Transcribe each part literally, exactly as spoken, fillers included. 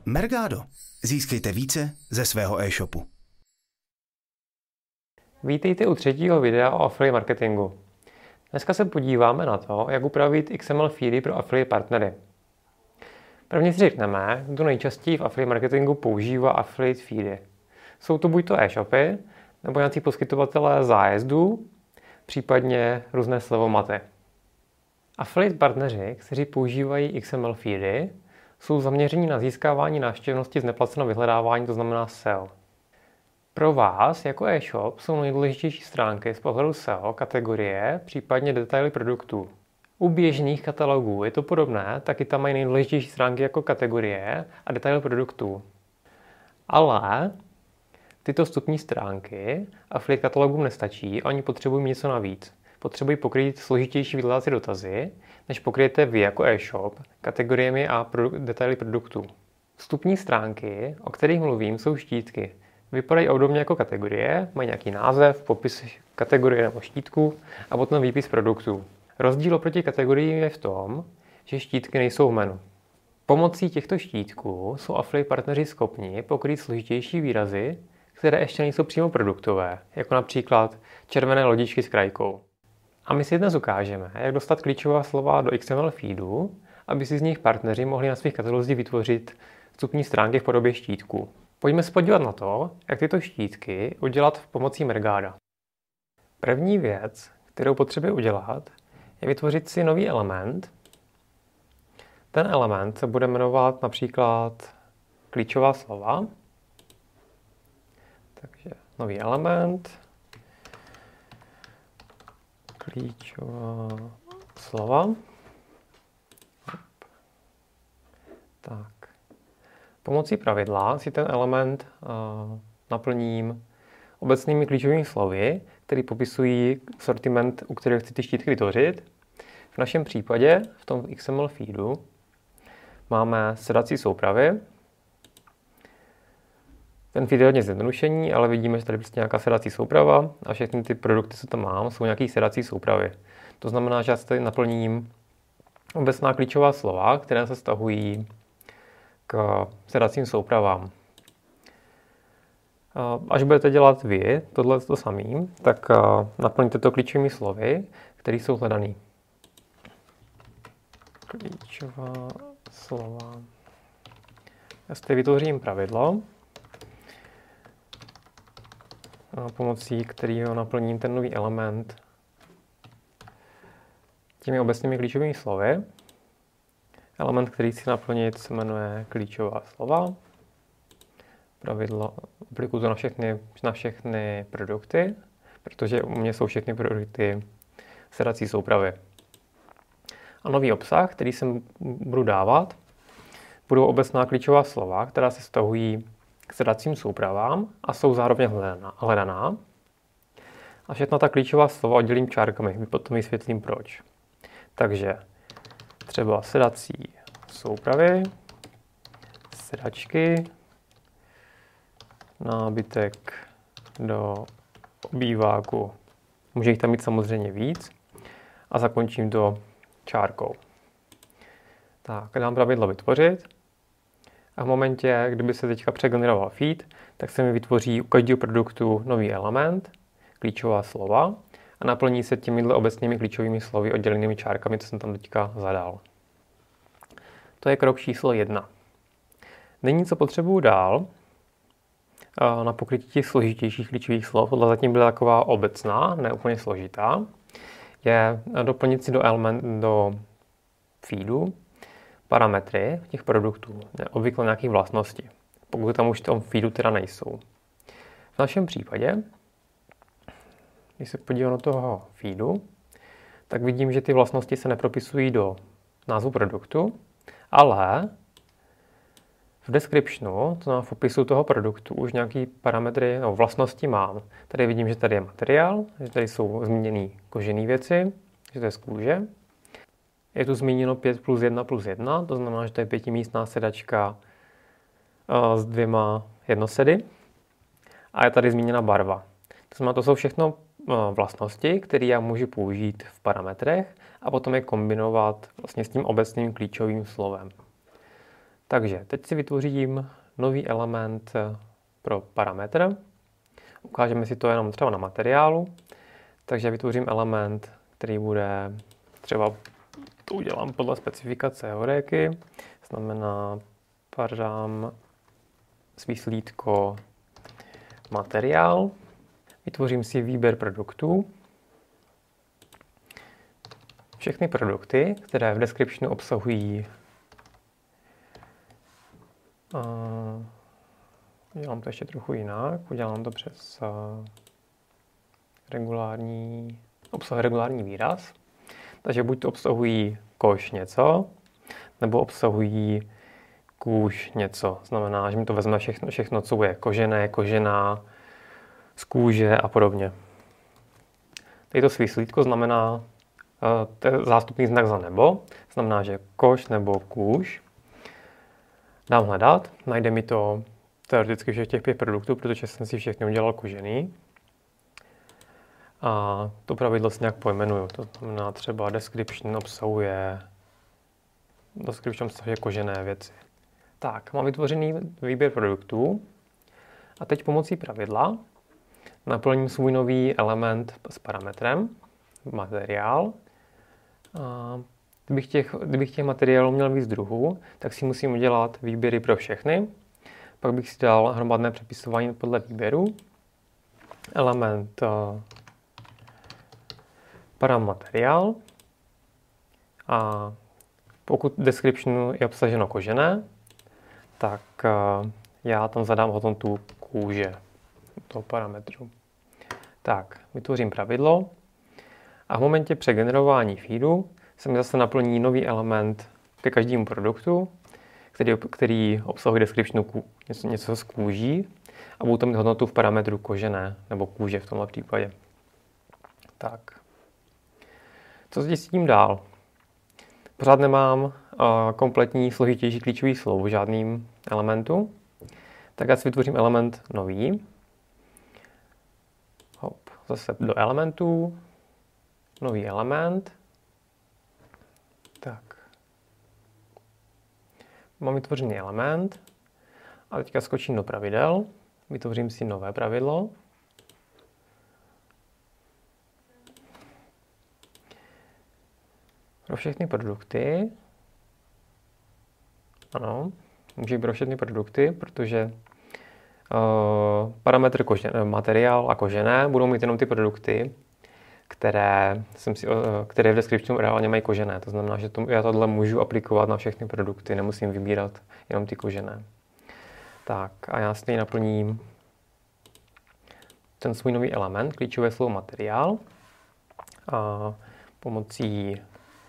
Mergado. Získejte více ze svého e-shopu. Vítejte u třetího videa o affiliate marketingu. Dneska se podíváme na to, jak upravit X M L feedy pro affiliate partnery. Prvně si řekneme, kdo nejčastěji v affiliate marketingu používá affiliate feedy. Jsou to buď to e-shopy, nebo nějací poskytovatelé zájezdů, případně různé slevomaty. Affiliate partneři, kteří používají X M L feedy, jsou zaměření na získávání návštěvnosti z neplaceného vyhledávání, to znamená S E O. Pro vás jako e-shop jsou nejdůležitější stránky z pohledu S E O kategorie, případně detaily produktů. U běžných katalogů je to podobné, taky tam mají nejdůležitější stránky jako kategorie a detaily produktů. Ale tyto vstupní stránky affiliate katalogům nestačí a oni potřebují něco navíc. Potřebují pokrýt složitější vyhledávací dotazy, než pokryjete vy jako e-shop kategoriemi a produ- detaily produktů. Vstupní stránky, o kterých mluvím, jsou štítky. Vypadají obdobně jako kategorie, mají nějaký název, popis kategorie nebo štítku a potom výpis produktů. Rozdíl oproti kategoriím je v tom, že štítky nejsou v menu. Pomocí těchto štítků jsou affiliate partneři schopni pokrýt složitější výrazy, které ještě nejsou přímo produktové, jako například červené lodičky s krajkou. A my si dnes ukážeme, jak dostat klíčová slova do X M L feedu, aby si z nich partneři mohli na svých katalozích vytvořit vstupní stránky v podobě štítků. Pojďme se podívat na to, jak tyto štítky udělat pomocí Mergada. První věc, kterou potřebuje udělat, je vytvořit si nový element. Ten element se bude jmenovat například klíčová slova. Takže nový element, klíčová slova. Tak. Pomocí pravidla si ten element uh, naplním obecnými klíčovými slovy, které popisují sortiment, u kterého chci ty štítky vytvořit. V našem případě, v tom X M L feedu, máme sedací soupravy. Ten feed je hodně zjednodušení, ale vidíme, že tady je prostě nějaká sedací souprava a všechny ty produkty, co tam mám, jsou nějaké sedací soupravy. To znamená, že já si tady naplním obecná klíčová slova, které se vztahují k sedacím soupravám. Až budete dělat vy tohle to samý, tak naplňte to klíčovými slovy, které jsou hledané. Klíčová slova. Já si vytvořím pravidlo, pomocí kterého naplním ten nový element těmi obecnými klíčovými slovy. Element, který chci naplnit, se jmenuje klíčová slova. Pravidlo aplikuju to na všechny, na všechny produkty, protože u mě jsou všechny produkty sedací soupravy. A nový obsah, který sem budu dávat, budou obecná klíčová slova, která se vztahují k sedacím soupravám a jsou zároveň hledaná. A všechna ta klíčová slova oddělím čárkami, potom vysvětlím proč. Takže třeba sedací soupravy, sedačky, nábytek do obýváku. Může jich tam mít samozřejmě víc. A zakončím to čárkou. Tak, dám pravidlo vytvořit. A v momentě, kdyby se teďka přegeneroval feed, tak se mi vytvoří u každého produktu nový element, klíčová slova, a naplní se těmihle obecnými klíčovými slovy oddělenými čárkami, co jsem tam teďka zadal. To je krok číslo jedna. Nyní, co potřebuju dál na pokrytí těch složitějších klíčových slov, tohle zatím byla taková obecná, ne úplně složitá, je doplnit si do, element, do feedu parametry těch produktů, obvykle nějaké vlastnosti, pokud tam už v tom feedu teda nejsou. V našem případě, když se podívám do toho feedu, tak vidím, že ty vlastnosti se nepropisují do názvu produktu, ale v descriptionu, to znamená v popisu toho produktu, už nějaké parametry, no, vlastnosti mám. Tady vidím, že tady je materiál, že tady jsou zmíněné kožené věci, že to je z kůže. Je tu zmíněno pět plus jedna plus jedna, to znamená, že to je pětimístná sedačka s dvěma jednosedy. A je tady zmíněna barva. To znamená, to jsou všechno vlastnosti, které já můžu použít v parametrech a potom je kombinovat vlastně s tím obecným klíčovým slovem. Takže teď si vytvořím nový element pro parametr. Ukážeme si to jenom třeba na materiálu. Takže vytvořím element, který bude třeba, to udělám podle specifikace Heuréky, znamená param svíslítko materiál. Vytvořím si výběr produktů. Všechny produkty, které v descriptionu obsahují, uh, udělám to ještě trochu jinak, udělám to přes uh, regulární, obsahuje regulární výraz. Takže buď to obsahují kož něco, nebo obsahují kůž něco. Znamená, že mi to vezme všechno, všechno co je kožené, kožená, z kůže a podobně. Tady to svíslítko znamená uh, to je zástupný znak za nebo, znamená, že kož nebo kůž. Dám hledat, najde mi to teoreticky všech těch pět produktů, protože jsem si všechny udělal kožený. A to pravidlo si nějak pojmenuju. To znamená třeba description obsahuje, description obsahuje kožené věci. Tak, mám vytvořený výběr produktů a teď pomocí pravidla naplním svůj nový element s parametrem materiál. A kdybych, těch, kdybych těch materiálů měl víc druhů, tak si musím udělat výběry pro všechny. Pak bych si dal hromadné přepisování podle výběru. Element param materiál. A pokud v descriptionu je obsaženo kožené, tak já tam zadám hodnotu kůže toho parametru. Tak, vytvořím pravidlo a v momentě přegenerování feedu se mi zase naplní nový element ke každému produktu, který, který obsahuje descriptionu něco, něco z kůží a budu tam mít hodnotu v parametru kožené nebo kůže v tomhle případě. Tak. Co se s tím dál? Pořád nemám uh, kompletní složitější klíčový slovo v žádným elementu. Tak já si vytvořím element nový. Hop, zase do elementů. Nový element. Tak. Mám vytvořený element. A teďka skočím do pravidel. Vytvořím si nové pravidlo. Pro všechny produkty. Ano, může být pro všechny produkty, protože uh, parametr kožené, materiál a kožené budou mít jenom ty produkty, které, jsem si, uh, které v descriptionu reálně mají kožené. To znamená, že to, já tohle můžu aplikovat na všechny produkty, nemusím vybírat jenom ty kožené. Tak a já si naplním ten svůj nový element, klíčové slovo materiál. A pomocí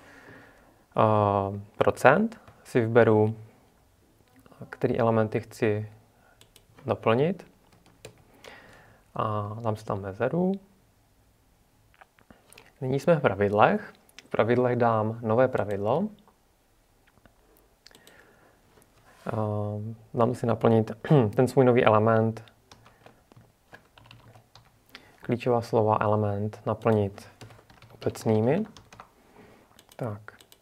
Uh, procent si vyberu, který elementy chci doplnit a dám si tam mezeru. Nyní jsme v pravidlech. V pravidlech dám nové pravidlo. Uh, dám si naplnit ten svůj nový element, klíčová slova element naplnit obecnými. Tak.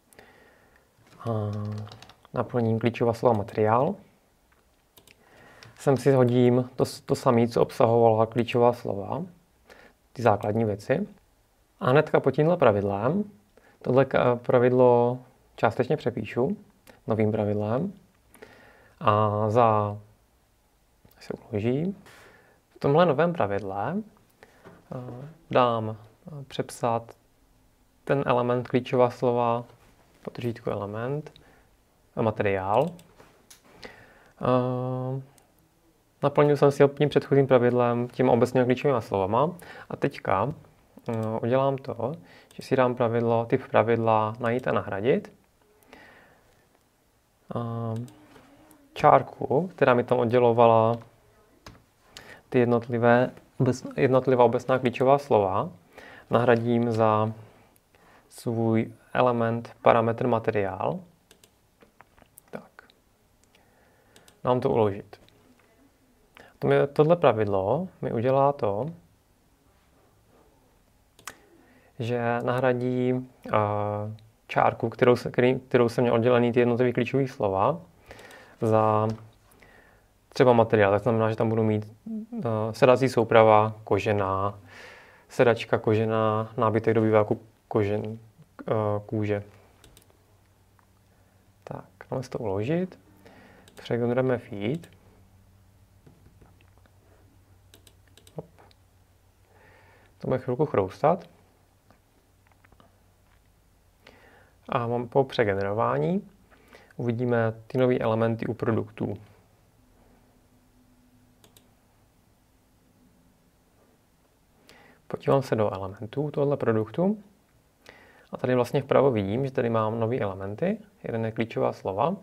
Naplním klíčová slova materiál. Sem si hodím to, to samé, co obsahovala klíčová slova, ty základní věci. A hnedka pod tímhle pravidlem, tohle pravidlo částečně přepíšu novým pravidlem. A za, se uloží, v tomhle novém pravidle dám přepsat ten element klíčová slova potržítko element a materiál. Uh, naplnil jsem si ho tím předchozím pravidlem těma obecnými klíčovými slovama a teďka uh, udělám to, že si dám pravidlo, typ pravidla najít a nahradit. Uh, čárku, která mi tam oddělovala ty jednotlivé, jednotlivá obecná klíčová slova, nahradím za svůj element parametr materiál. Tak. Mám to uložit. Tohle pravidlo mi udělá to, že nahradí uh, čárku, kterou, se, který, kterou jsem měl oddělený ty jednotlivé klíčové slova, za třeba materiál. To znamená, že tam budu mít uh, sedací souprava kožená, sedačka kožená, nábytek do býváku kožen, uh, kůže. Tak, máme si to uložit. Přegenerujeme feed. Hop. To bude chvilku chroustat. A mám po přegenerování uvidíme ty nové elementy u produktů. Podívám se do elementů tohoto produktu. A tady vlastně vpravo vidím, že tady mám nové elementy. Jeden je klíčová slova.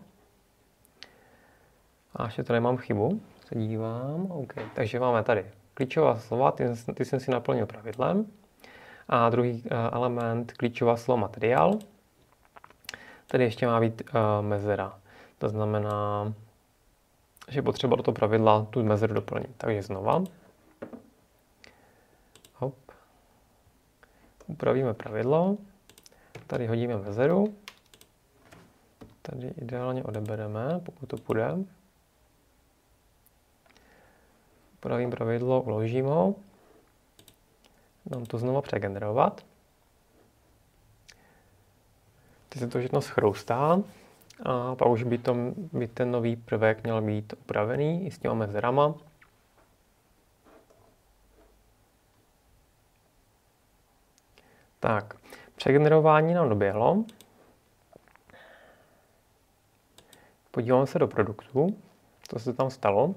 A ještě tady mám chybu. Se dívám. OK. Takže máme tady klíčová slova, ty, ty jsem si naplnil pravidlem. A druhý element, klíčová slova materiál. Tady ještě má být uh, mezera. To znamená, že je potřeba do toho pravidla tu mezeru doplnit. Takže znova. Hop. Upravíme pravidlo. Tady hodíme mezeru. Tady ideálně odebereme, pokud to půjde. Upravím pravidlo, uložím ho. Dám to znova přegenerovat. Teď se to všechno schroustá a pak už by, to, by ten nový prvek měl být upravený i s těma mezerama. Tak, přegenerování nám doběhlo. Podíváme se do produktu, co se tam stalo.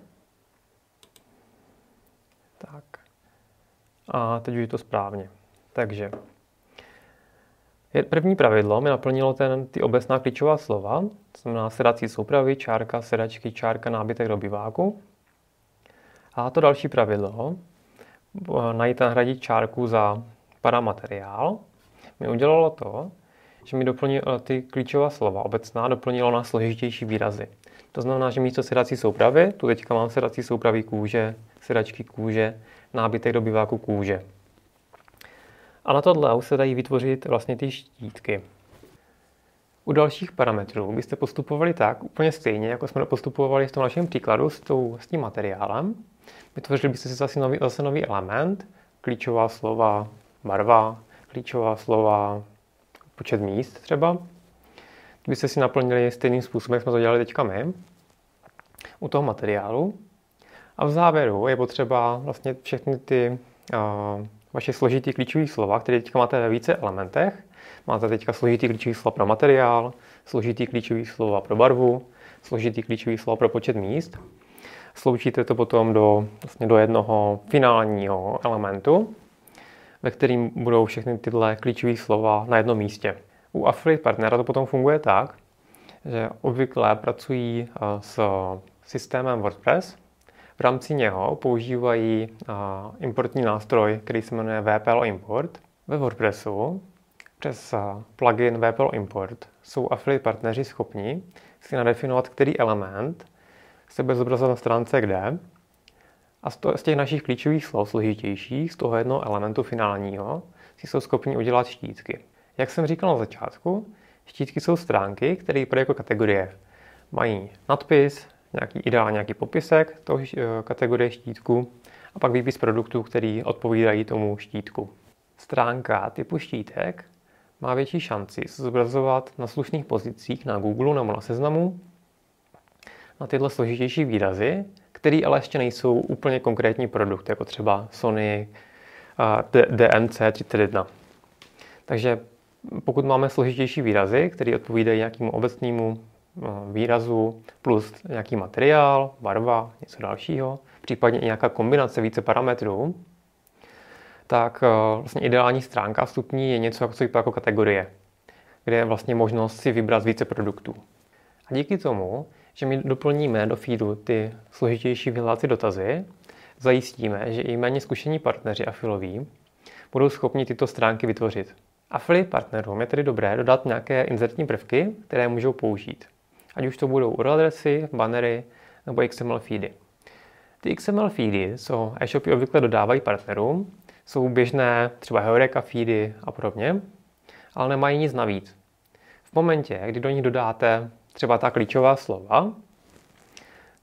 Tak. A teď už je to správně. Takže první pravidlo mi naplnilo ten, ty obecná klíčová slova, to znamená sedací soupravy, čárka, sedačky, čárka, nábytek do biváku. A to další pravidlo, najít a nahradit čárku za paramateriál, mi udělalo to, že mi doplnilo ty klíčová slova obecná, doplnilo na složitější výrazy. To znamená, že místo sedací soupravy, tu teďka mám sedací soupravy kůže, sedačky kůže, nábytek do biváku kůže. A na tohle už se dají vytvořit vlastně ty štítky. U dalších parametrů byste postupovali tak úplně stejně, jako jsme postupovali v tom našem příkladu s, tou, s tím materiálem. Vytvořili byste si zase nový, zase nový element, klíčová slova, barva, klíčová slova, počet míst třeba. Byste si naplnili stejným způsobem, jak jsme to dělali teďka my, u toho materiálu. A v závěru je potřeba vlastně všechny ty uh, vaše složitý klíčový slova, které teďka máte ve více elementech. Máte teďka složitý klíčový slova pro materiál, složitý klíčový slova pro barvu, složitý klíčový slova pro počet míst. Sloučíte to potom do, vlastně do jednoho finálního elementu, ve kterým budou všechny tyhle klíčové slova na jednom místě. U Affiliate Partnera to potom funguje tak, že obvykle pracují s systémem WordPress. V rámci něho používají importní nástroj, který se jmenuje V P L Import. Ve WordPressu přes plugin V P L Import jsou affiliate partneři schopni si nadefinovat, který element se bude zobrazovat na stránce kde. A z těch našich klíčových slov složitějších, z toho jednoho elementu finálního, si jsou schopni udělat štítky. Jak jsem říkal na začátku, štítky jsou stránky, které pro jako kategorie mají nadpis, nějaký ideální nějaký popisek toho kategorie štítku a pak výpis produktů, který odpovídají tomu štítku. Stránka typu štítek má větší šanci se zobrazovat na slušných pozicích na Google nebo na Seznamu na tyhle složitější výrazy, které ale ještě nejsou úplně konkrétní produkt, jako třeba Sony D M C třicet jedna. Takže pokud máme složitější výrazy, které odpovídají nějakému obecnému výrazu plus nějaký materiál, barva, něco dalšího, případně i nějaká kombinace více parametrů, tak vlastně ideální stránka vstupní je něco jako, jako kategorie, kde je vlastně možnost si vybrat více produktů. A díky tomu, že my doplníme do feedu ty složitější vyhledávací dotazy, zajistíme, že i méně zkušení partneři afiloví budou schopni tyto stránky vytvořit. Affiliate partnerům je tedy dobré dodat nějaké inzertní prvky, které můžou použít. Ať už to budou U R L adresy, bannery nebo X M L feedy. Ty X M L feedy, co e-shopy obvykle dodávají partnerům, jsou běžné třeba Heureka feedy a podobně, ale nemají nic navíc. V momentě, kdy do nich dodáte třeba ta klíčová slova,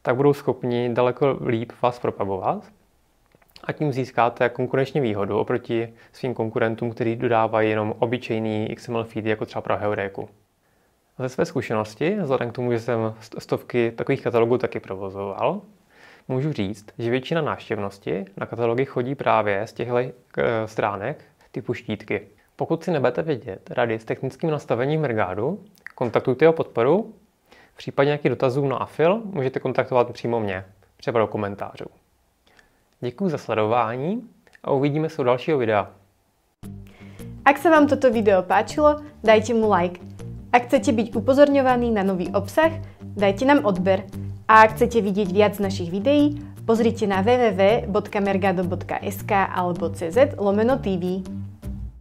tak budou schopni daleko líp vás propagovat a tím získáte konkurenční výhodu oproti svým konkurentům, kteří dodávají jenom obyčejný X M L feedy, jako třeba pro Heuréku. Ze své zkušenosti, vzhledem k tomu, že jsem stovky takových katalogů taky provozoval, můžu říct, že většina návštěvnosti na katalogy chodí právě z těchto stránek typu štítky. Pokud si nebudete vědět rady s technickým nastavením Mergádu, kontaktujte jeho podporu. V případě nějakých dotazů na Afil můžete kontaktovat přímo mě, třeba do komentářů. Děkuji za sledování a uvidíme se u dalšího videa. Ak sa vám toto video páčilo, dajte mu like. Ak chcete byť upozorňovaní na nový obsah, dajte nám odber. A ak chcete vidieť viac našich videí, pozrite na w w w bodka mergado bodka es ka alebo cz lomeno tv.